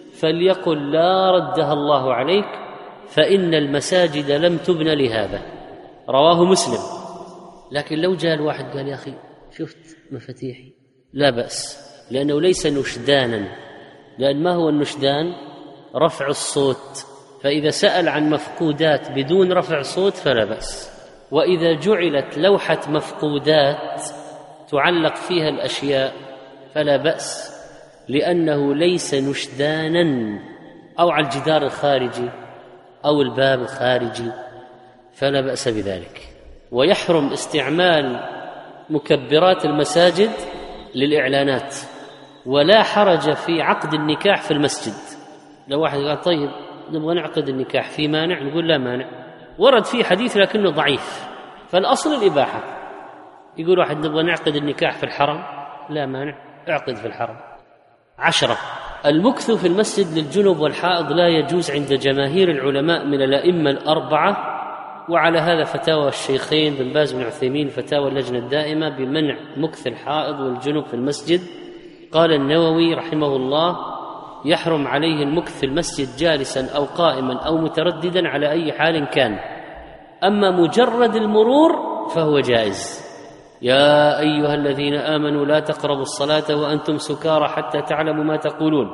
فليقل لا ردها الله عليك فإن المساجد لم تبن لهذا. رواه مسلم. لكن لو جاء الواحد قال يا أخي شفت مفاتيحي، لا بأس، لأنه ليس نشدانا، لأن ما هو النشدان؟ رفع الصوت، فإذا سأل عن مفقودات بدون رفع صوت فلا بأس. وإذا جعلت لوحة مفقودات تعلق فيها الأشياء فلا بأس، لأنه ليس نشدانا، أو على الجدار الخارجي أو الباب الخارجي فلا بأس بذلك. ويحرم استعمال مكبرات المساجد للإعلانات، ولا حرج في عقد النكاح في المسجد. لو واحد قال طيب نبغى نعقد النكاح، في مانع؟ نقول لا مانع، ورد فيه حديث لكنه ضعيف، فالأصل الإباحة. يقول واحد نبغى نعقد النكاح في الحرم، لا مانع، اعقد في الحرم. 10، المكث في المسجد للجنب والحائض لا يجوز عند جماهير العلماء من الأئمة الأربعة، وعلى هذا فتاوى الشيخين بن باز بن عثيمين، فتاوى اللجنة الدائمة بمنع مكث الحائض والجنب في المسجد. قال النووي رحمه الله يحرم عليه المكث في المسجد جالسا أو قائما أو مترددا على أي حال كان، أما مجرد المرور فهو جائز. يا أيها الذين آمنوا لا تقربوا الصلاة وأنتم سكارى حتى تعلموا ما تقولون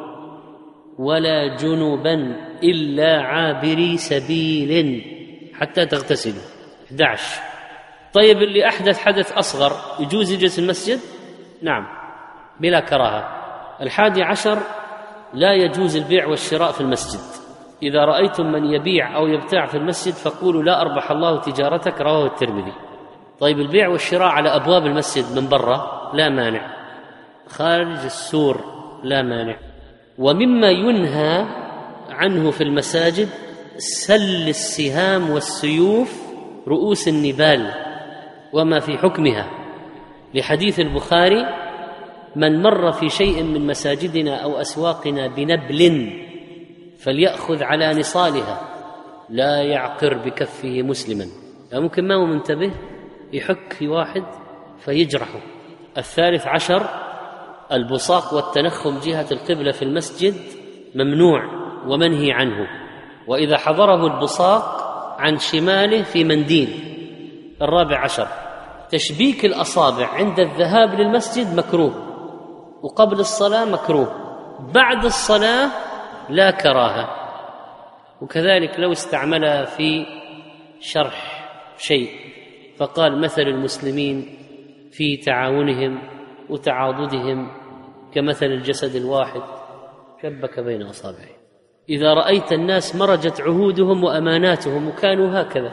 ولا جنبا إلا عابري سبيل حتى تغتسلوا. 11. طيب اللي أحدث حدث أصغر يجوز يجلس المسجد؟ نعم بلا كراهة. 11 لا يجوز البيع والشراء في المسجد. إذا رأيتم من يبيع أو يبتاع في المسجد فقولوا لا أربح الله تجارتك، رواه الترمذي. طيب البيع والشراء على أبواب المسجد من برا لا مانع، خارج السور لا مانع. ومما ينهى عنه في المساجد سل السهام والسيوف رؤوس النبال وما في حكمها، لحديث البخاري من مر في شيء من مساجدنا أو أسواقنا بنبل فليأخذ على نصالها لا يعقر بكفه مسلما. ممكن ما هو منتبه يحك في واحد فيجرحه. 13 البصاق والتنخم جهة القبلة في المسجد ممنوع ومنهي عنه، وإذا حضره البصاق عن شماله في منديل. 14 تشبيك الأصابع عند الذهاب للمسجد مكروه، وقبل الصلاة مكروه، بعد الصلاة لا كراهة. وكذلك لو استعملها في شرح شيء فقال مثل المسلمين في تعاونهم وتعاضدهم كمثل الجسد الواحد شبك بين أصابعه. إذا رأيت الناس مرجت عهودهم وأماناتهم وكانوا هكذا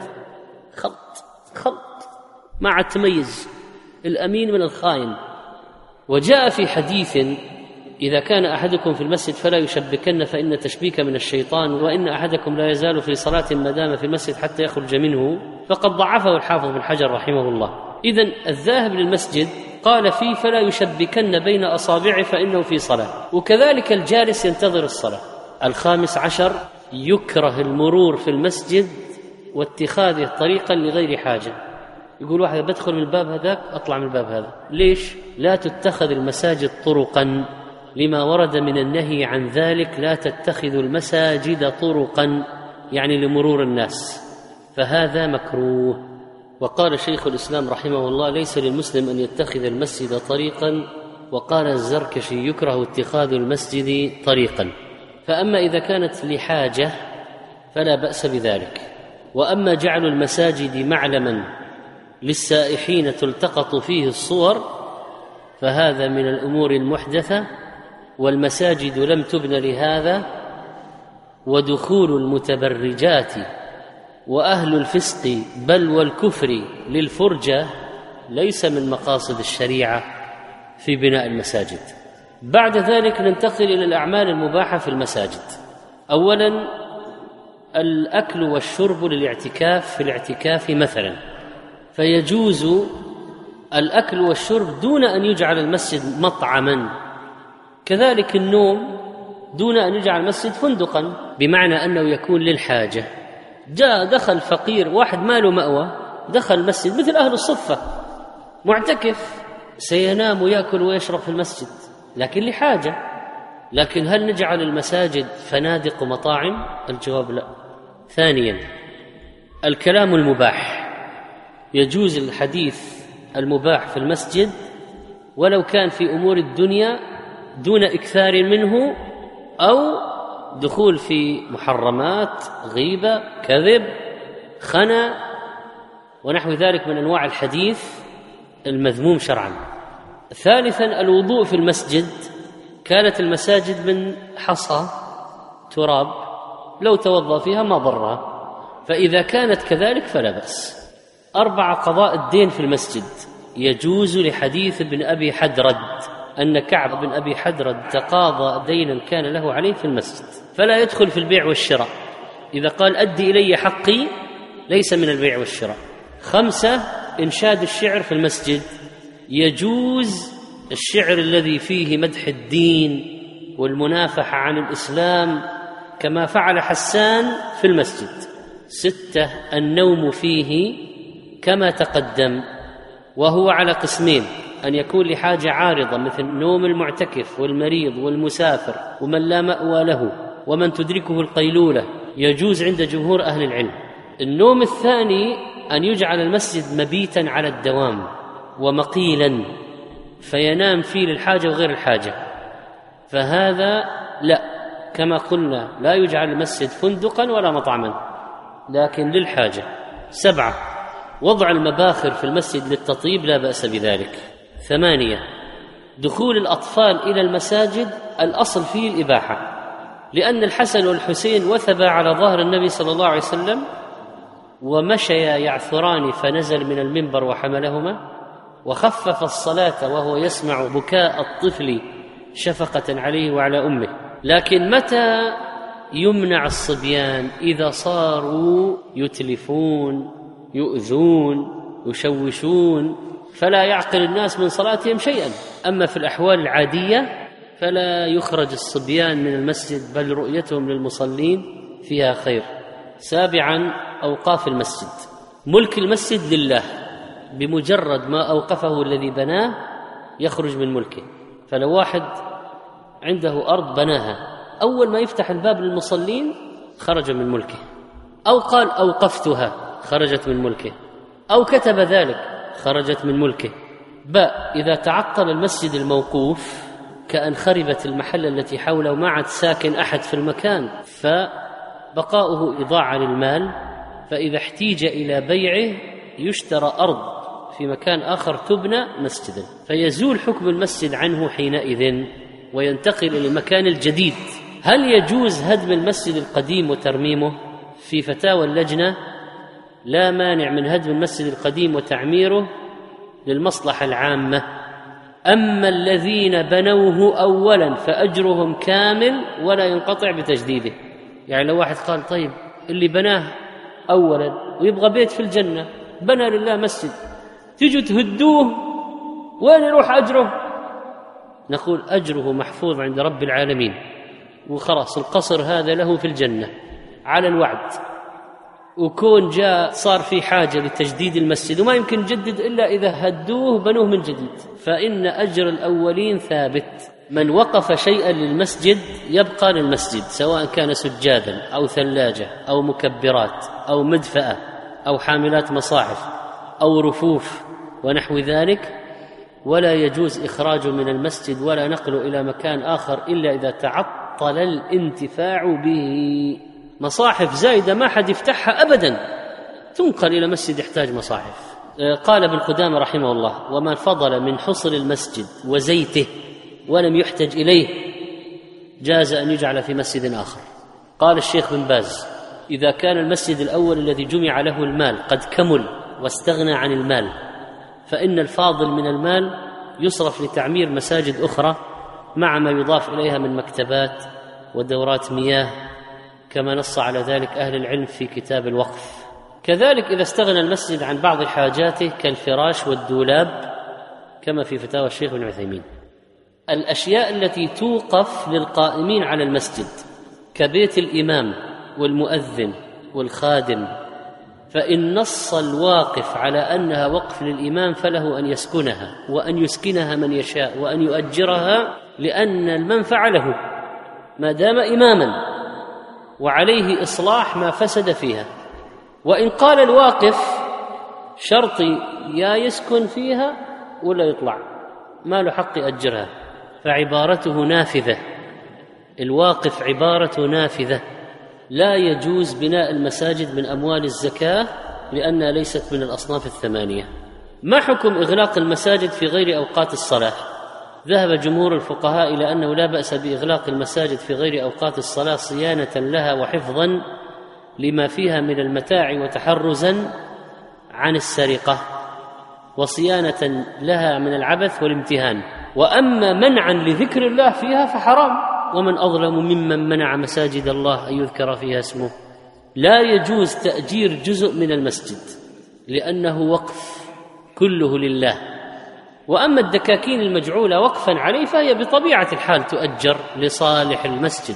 خط ما عاد تميز الأمين من الخائن. وجاء في حديث إذا كان أحدكم في المسجد فلا يشبكن فإن تشبيك من الشيطان، وإن أحدكم لا يزال في صلاة ما دام في المسجد حتى يخرج منه، فقد ضعفه الحافظ بن حجر رحمه الله. إذن الذاهب للمسجد قال فيه فلا يشبكن بين أصابعه فإنه في صلاة، وكذلك الجالس ينتظر الصلاة. 15 يكره المرور في المسجد واتخاذه طريقا لغير حاجة. يقول واحد بدخل من الباب هذاك أطلع من الباب هذا، ليش؟ لا تتخذ المساجد طرقا، لما ورد من النهي عن ذلك، لا تتخذوا المساجد طرقا يعني لمرور الناس، فهذا مكروه. وقال شيخ الإسلام رحمه الله ليس للمسلم أن يتخذ المسجد طريقا، وقال الزركشي يكره اتخاذ المسجد طريقا. فأما إذا كانت لحاجة فلا بأس بذلك. وأما جعل المساجد معلما للسائحين تلتقط فيه الصور فهذا من الأمور المحدثة، والمساجد لم تبن لهذا، ودخول المتبرجات وأهل الفسق بل والكفر للفرجة ليس من مقاصد الشريعة في بناء المساجد. بعد ذلك ننتقل إلى الأعمال المباحة في المساجد. أولا الأكل والشرب للاعتكاف في الاعتكاف مثلا، فيجوز الأكل والشرب دون أن يجعل المسجد مطعما، كذلك النوم دون أن يجعل المسجد فندقا، بمعنى أنه يكون للحاجة. جاء دخل فقير واحد ماله مأوى دخل المسجد مثل أهل الصفة معتكف، سينام ويأكل ويشرب في المسجد لكن لحاجة. لكن هل نجعل المساجد فنادق ومطاعم؟ الجواب لا. ثانيا الكلام المباح يجوز الحديث المباح في المسجد ولو كان في أمور الدنيا دون إكثار منه، أو دخول في محرمات، غيبة، كذب، خنا ونحو ذلك من أنواع الحديث المذموم شرعا. ثالثا الوضوء في المسجد. كانت المساجد من حصى تراب، لو توضأ فيها ما ضرها، فإذا كانت كذلك فلا بأس. 4 قضاء الدين في المسجد. يجوز لحديث ابن أبي حدرد أن كعب بن أبي حدرد تقاضى دينا كان له عليه في المسجد، فلا يدخل في البيع والشراء. إذا قال أدي إلي حقي ليس من البيع والشراء. 5 إنشاد الشعر في المسجد. يجوز الشعر الذي فيه مدح الدين والمنافحة عن الإسلام كما فعل حسان في المسجد. 6 النوم فيه كما تقدم، وهو على قسمين: أن يكون لحاجة عارضة مثل نوم المعتكف والمريض والمسافر ومن لا مأوى له ومن تدركه القيلولة، يجوز عند جمهور أهل العلم. النوم الثاني أن يجعل المسجد مبيتا على الدوام ومقيلا فينام فيه للحاجة وغير الحاجة، فهذا لا، كما قلنا لا يجعل المسجد فندقا ولا مطعما لكن للحاجة. 7 وضع المباخر في المسجد للتطيب، لا بأس بذلك. 8 دخول الأطفال إلى المساجد الأصل فيه الإباحة، لأن الحسن والحسين وثبا على ظهر النبي صلى الله عليه وسلم ومشيا يعثران فنزل من المنبر وحملهما، وخفف الصلاة وهو يسمع بكاء الطفل شفقة عليه وعلى أمه. لكن متى يمنع الصبيان؟ إذا صاروا يتلفون، يؤذون، يشوشون، فلا يعقل الناس من صلاتهم شيئا. أما في الأحوال العادية فلا يخرج الصبيان من المسجد، بل رؤيتهم للمصلين فيها خير. 7 أوقاف المسجد. ملك المسجد لله، بمجرد ما أوقفه الذي بناه يخرج من ملكه. فلو واحد عنده أرض بناها، أول ما يفتح الباب للمصلين خرج من ملكه، أو قال أوقفتها خرجت من ملكه، أو كتب ذلك خرجت من ملكه. إذا تعطل المسجد الموقوف كأن خربت المحل التي حوله وما عاد ساكن أحد في المكان، فبقاؤه إضاعة للمال، فإذا احتيج إلى بيعه يشترى أرض في مكان آخر تبنى مسجدا، فيزول حكم المسجد عنه حينئذ وينتقل إلى المكان الجديد. هل يجوز هدم المسجد القديم وترميمه؟ في فتاوى اللجنة لا مانع من هدم المسجد القديم وتعميره للمصلحة العامة. أما الذين بنوه أولا فأجرهم كامل ولا ينقطع بتجديده. يعني لو واحد قال طيب اللي بناه أولا ويبغى بيت في الجنة، بنى لله مسجد، تيجوا تهدوه، وين يروح أجره؟ نقول أجره محفوظ عند رب العالمين، وخلاص القصر هذا له في الجنة على الوعد. وكون جاء صار في حاجة لتجديد المسجد وما يمكن نجدد إلا إذا هدوه بنوه من جديد، فإن أجر الأولين ثابت. من وقف شيئا للمسجد يبقى للمسجد، سواء كان سجادا أو ثلاجة أو مكبرات أو مدفأة أو حاملات مصاحف أو رفوف ونحو ذلك، ولا يجوز إخراجه من المسجد ولا نقله إلى مكان آخر إلا إذا تعطل الانتفاع به. مصاحف زايدة ما حد يفتحها أبدا تنقل إلى مسجد يحتاج مصاحف. قال ابن قدامة رحمه الله: وما فضل من حصر المسجد وزيته ولم يحتج إليه جاز أن يجعل في مسجد آخر. قال الشيخ بن باز: إذا كان المسجد الأول الذي جمع له المال قد كمل واستغنى عن المال، فإن الفاضل من المال يصرف لتعمير مساجد أخرى مع ما يضاف إليها من مكتبات ودورات مياه، كما نص على ذلك أهل العلم في كتاب الوقف. كذلك إذا استغنى المسجد عن بعض حاجاته كالفراش والدولاب، كما في فتاوى الشيخ بن عثيمين. الأشياء التي توقف للقائمين على المسجد كبيت الإمام والمؤذن والخادم، فإن نص الواقف على أنها وقف للإمام فله أن يسكنها وأن يسكنها من يشاء وأن يؤجرها، لأن المنفعة له ما دام إماما وعليه إصلاح ما فسد فيها. وإن قال الواقف شرطي يا يسكن فيها ولا يطلع، ما له حق يأجرها، فعبارته نافذة، الواقف عبارته نافذة. لا يجوز بناء المساجد من أموال الزكاة لأنها ليست من الأصناف الثمانية. ما حكم إغلاق المساجد في غير أوقات الصلاة؟ ذهب جمهور الفقهاء إلى أنه لا بأس بإغلاق المساجد في غير أوقات الصلاة صيانة لها وحفظا لما فيها من المتاع وتحرزا عن السرقة وصيانة لها من العبث والامتهان. وأما منعا لذكر الله فيها فحرام، ومن أظلم ممن منع مساجد الله أن يذكر فيها اسمه. لا يجوز تأجير جزء من المسجد لأنه وقف كله لله. وأما الدكاكين المجعولة وقفا عليه فهي بطبيعة الحال تؤجر لصالح المسجد.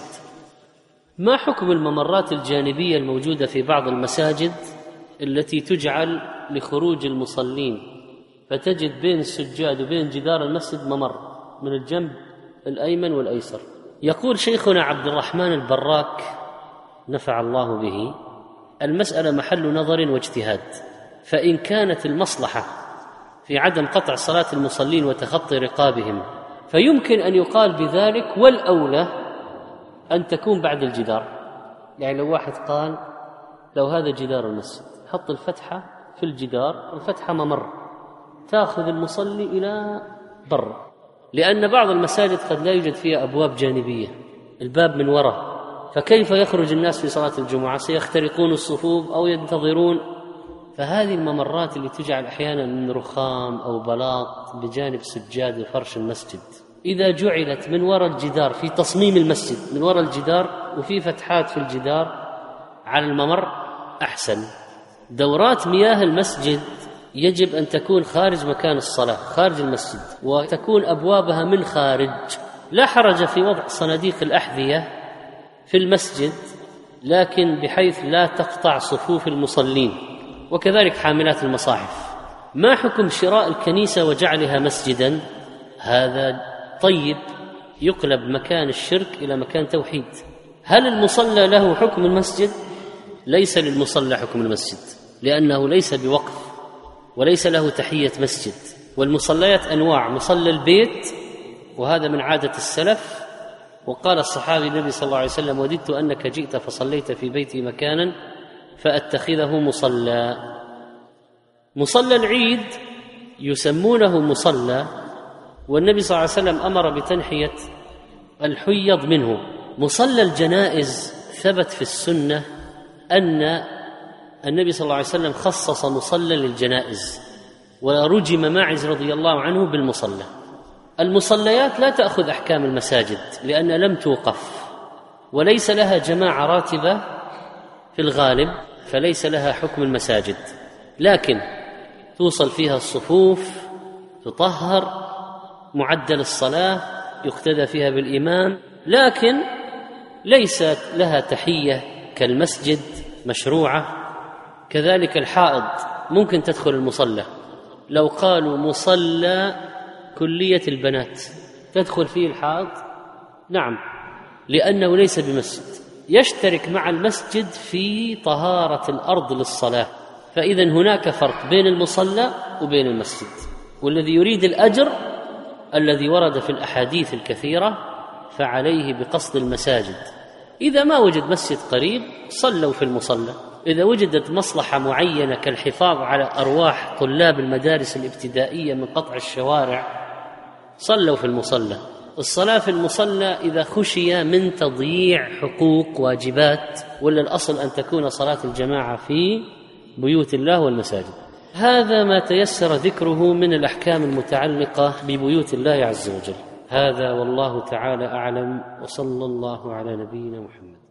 ما حكم الممرات الجانبية الموجودة في بعض المساجد التي تجعل لخروج المصلين، فتجد بين السجاد وبين جدار المسجد ممر من الجنب الأيمن والأيسر؟ يقول شيخنا عبد الرحمن البراك نفع الله به: المسألة محل نظر واجتهاد، فإن كانت المصلحة في عدم قطع صلاة المصلين وتخطي رقابهم فيمكن أن يقال بذلك، والأولى أن تكون بعد الجدار. يعني لو واحد قال لو هذا جدار المسجد حط الفتحة في الجدار، الفتحة ممر تأخذ المصلي إلى بر، لأن بعض المساجد قد لا يوجد فيها أبواب جانبية، الباب من وراء، فكيف يخرج الناس في صلاة الجمعة؟ سيخترقون الصفوف أو ينتظرون. فهذه الممرات اللي تجعل أحيانا من رخام أو بلاط بجانب سجاد وفرش المسجد، إذا جعلت من وراء الجدار في تصميم المسجد من وراء الجدار وفي فتحات في الجدار على الممر أحسن. دورات مياه المسجد يجب أن تكون خارج مكان الصلاة، خارج المسجد، وتكون أبوابها من خارج. لا حرج في وضع صناديق الأحذية في المسجد، لكن بحيث لا تقطع صفوف المصلين، وكذلك حاملات المصاحف. ما حكم شراء الكنيسة وجعلها مسجدا؟ هذا طيب، يقلب مكان الشرك إلى مكان توحيد. هل المصلى له حكم المسجد؟ ليس للمصلى حكم المسجد، لأنه ليس بوقف وليس له تحية مسجد. والمصليات أنواع: مصلى البيت، وهذا من عادة السلف، وقال الصحابي النبي صلى الله عليه وسلم: وددت أنك جئت فصليت في بيتي مكانا فأتخذه مصلى. مصلى العيد يسمونه مصلى، والنبي صلى الله عليه وسلم أمر بتنحية الحيض منه. مصلى الجنائز ثبت في السنة أن النبي صلى الله عليه وسلم خصص مصلى للجنائز، ورجم ماعز رضي الله عنه بالمصلى. المصليات لا تأخذ أحكام المساجد لأن لم توقف، وليس لها جماعة راتبة في الغالب، فليس لها حكم المساجد، لكن توصل فيها الصفوف، تطهر، معدل الصلاة، يقتدى فيها بالإمام، لكن ليست لها تحية كالمسجد مشروعة. كذلك الحائض ممكن تدخل المصلى، لو قالوا مصلى كلية البنات تدخل فيه الحائض، نعم، لأنه ليس بمسجد، يشترك مع المسجد في طهارة الأرض للصلاة. فإذا هناك فرق بين المصلى وبين المسجد، والذي يريد الأجر الذي ورد في الأحاديث الكثيرة فعليه بقصد المساجد. إذا ما وجد مسجد قريب صلوا في المصلى. إذا وجدت مصلحة معينة كالحفاظ على أرواح طلاب المدارس الابتدائية من قطع الشوارع صلوا في المصلى. الصلاة في المصلى إذا خشي من تضييع حقوق واجبات، ولا الأصل أن تكون صلاة الجماعة في بيوت الله والمساجد. هذا ما تيسر ذكره من الأحكام المتعلقة ببيوت الله عز وجل. هذا والله تعالى أعلم، وصلى الله على نبينا محمد.